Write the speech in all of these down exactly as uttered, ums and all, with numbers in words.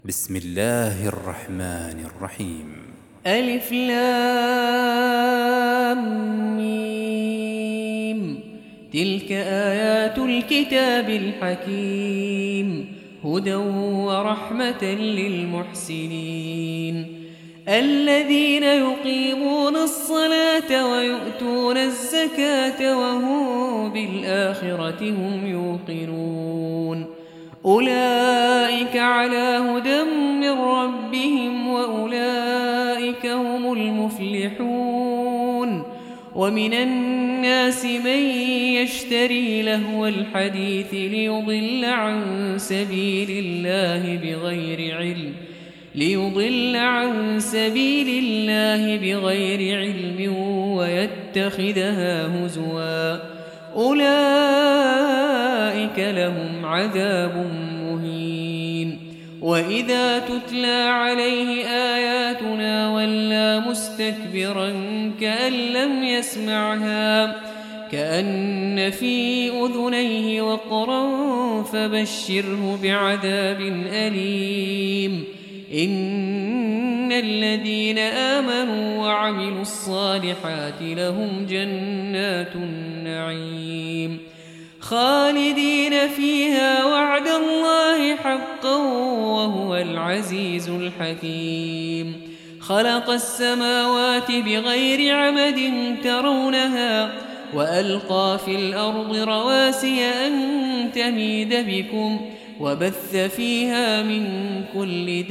بسم الله الرحمن الرحيم. ألف لام ميم. تلك آيات الكتاب الحكيم، هدى ورحمة للمحسنين الذين يقيمون الصلاة ويؤتون الزكاة وهم بالآخرة هم يوقنون. أولئك على هدى من ربهم وأولئك هم المفلحون. ومن الناس من يشتري لهو الحديث ليضل عن سبيل الله بغير علم ليضل عن سبيل الله بغير علم ويتخذها هزوا. أولئك لهم عذاب مهين. وإذا تتلى عليه آياتنا ولى مستكبرا كأن لم يسمعها كأن في أذنيه وقرا فبشره بعذاب أليم. إن الذين آمنوا وعملوا الصالحات لهم جنات النعيم خالدين فيها وعد الله حقا وهو العزيز الحكيم. خلق السماوات بغير عمد ترونها وألقى في الأرض رواسي أن تميد بكم وبث فيها من كل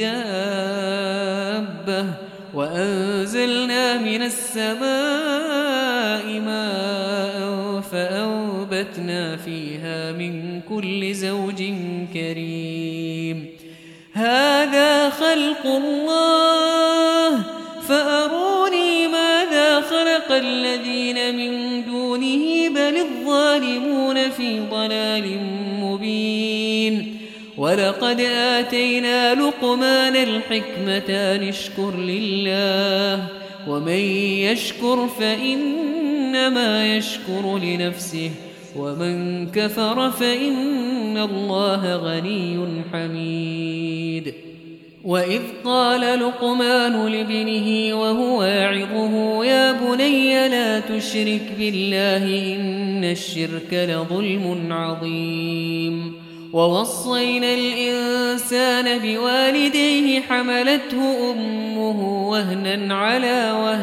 دابة وأنزلنا من السماء ماء فأنبتنا فيها من كل زوج كريم. هذا خلق الله فأروني ماذا خلق الذين من دونه بل الظالمون في ضلال مبين. ولقد آتينا لقمان الحكمة أن اشكر لله ومن يشكر فإنما يشكر لنفسه ومن كفر فإن الله غني حميد. وإذ قال لقمان لابنه وهو يعظه يا بني لا تشرك بالله إن الشرك لظلم عظيم. ووصينا الإنسان بوالديه حملته أمه وهنا على وهن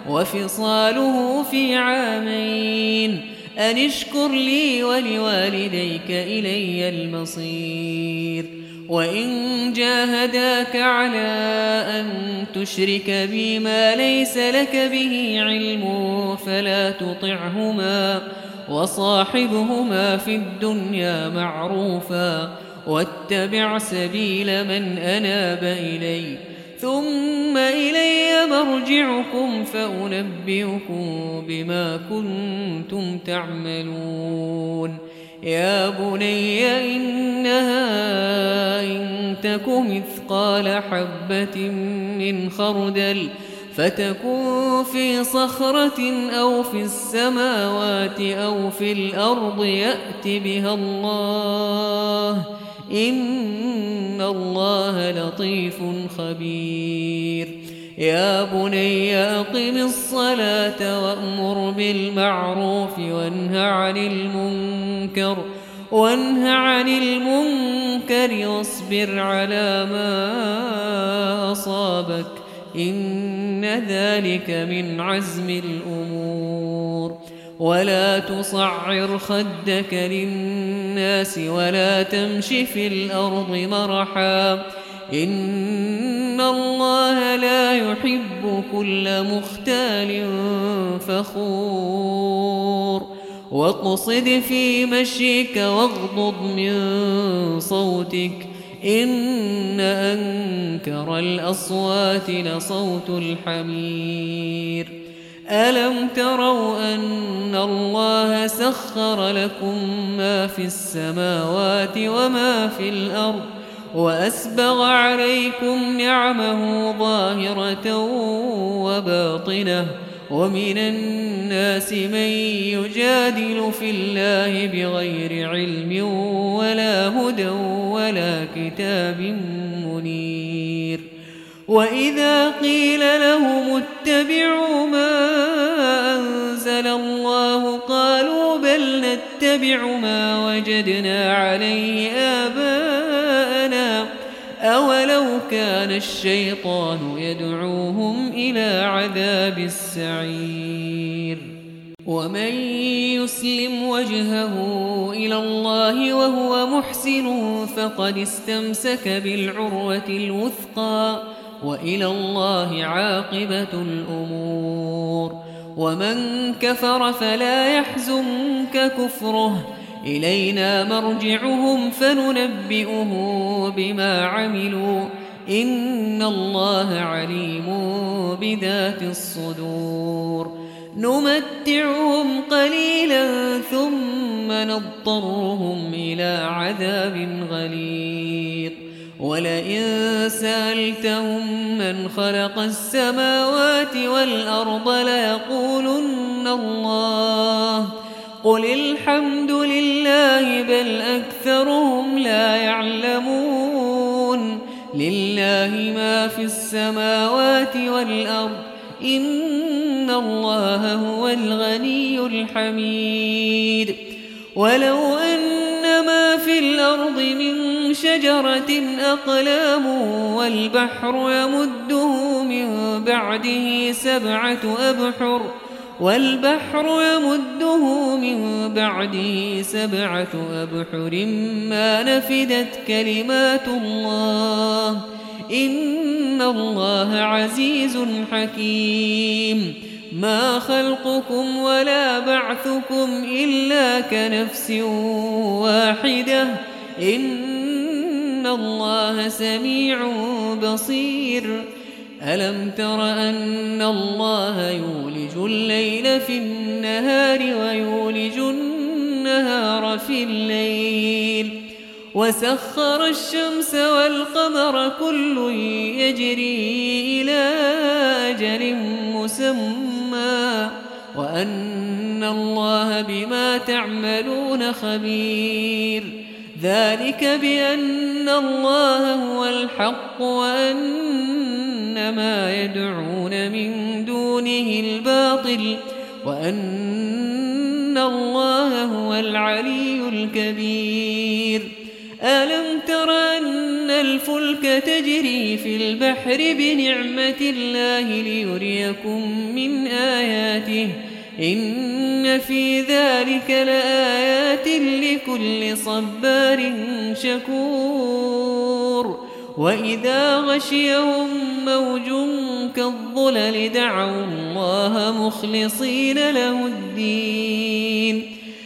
وفصاله في عامين أن اشكر لي ولوالديك إلي المصير. وإن جاهداك على أن تشرك بي ما ليس لك به علم فلا تطعهما وصاحبهما في الدنيا معروفا واتبع سبيل من أناب إلي ثم إلي مرجعكم فأنبئكم بما كنتم تعملون. يا بني إنها إن تك مثقال حبة من خردل فتكن في صخرة أو في السماوات أو في الأرض يأت بها الله إن الله لطيف خبير. يا بني أقم الصلاة وأمر بالمعروف وانه عن المنكر وانه عن المنكر واصبر على ما أصابك إن ذلك من عزم الأمور. ولا تصعر خدك للناس ولا تمش في الأرض مرحا إن الله لا يحب كل مختال فخور. واقصد في مشيك واغضض من صوتك إن أنكر الأصوات لصوت الحمير. ألم تروا أن الله سخر لكم ما في السماوات وما في الأرض وأسبغ عليكم نعمه ظاهرة وباطنة ومن الناس من يجادل في الله بغير علم ولا هدى ولا كتاب منير. وإذا قيل لهم اتبعوا ما أنزل الله قالوا بل نتبع ما وجدنا عليه آباءنا أولو كان الشيطان يدعوهم إلى عذاب السعير ومن يسلم وجهه إلى الله وهو محسن فقد استمسك بالعروة الوثقى وإلى الله عاقبة الأمور ومن كفر فلا يحزنك كفره إلينا مرجعهم فننبئه بما عملوا إن الله عليم بذات الصدور نمتعهم قليلا ثم نضطرهم إلى عذاب غليظ ولئن سألتهم من خلق السماوات والأرض ليقولن الله قل الحمد لله بل أكثرهم لا يعلمون لله ما في السماوات والأرض إن الله هو الغني الحميد ولو أن ما في الأرض من شجرة أقلام والبحر يمده من بعده سبعة أبحر والبحر يمده من بعده سبعة أبحر ما نفدت كلمات الله إن الله عزيز حكيم ما خلقكم ولا بعثكم إلا كنفس واحدة إن الله سميع بصير ألم تر أن الله يولج الليل في النهار ويولج النهار في الليل وسخر الشمس والقمر كل يجري إلى أجل مسمى وأن الله بما تعملون خبير ذلك بأن الله هو الحق وأن ما يدعون من دونه الباطل وأن الله هو العلي الكبير ألم تر أن الفلك تجري في البحر بنعمة الله ليريكم من آياته إن في ذلك لآيات لكل صبار شكور وإذا غشيهم موج كالظلل دعوا الله مخلصين له الدين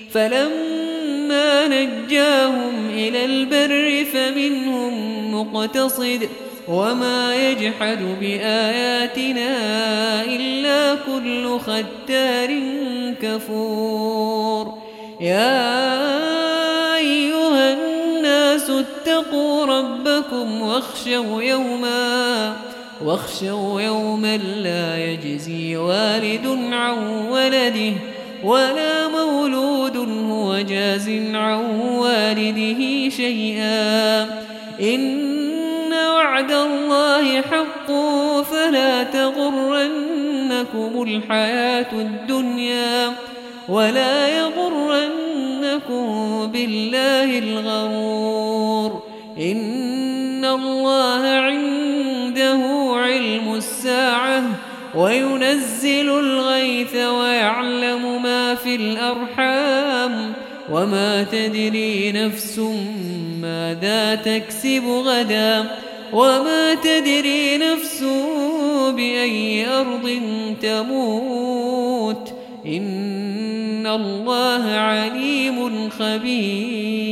فلما نجاهم إلى البر فمنهم مقتصد وما يجحد بآياتنا إلا كل ختار كفور يا أيها الناس اتقوا ربكم واخشوا يوما واخشوا يوما لا يجزي والد عن ولده ولا مولود هو جاز عن والده شيئا إن وعد الله حق فلا تغرنكم الحياة الدنيا ولا يغرنكم بالله الغرور إن الله عنده علم الساعة وينزل الغيث ويعلم ما في الأرحام وما تدري نفس ماذا تكسب غدا وما تدري نفس بأي أرض تموت إن الله عليم خبير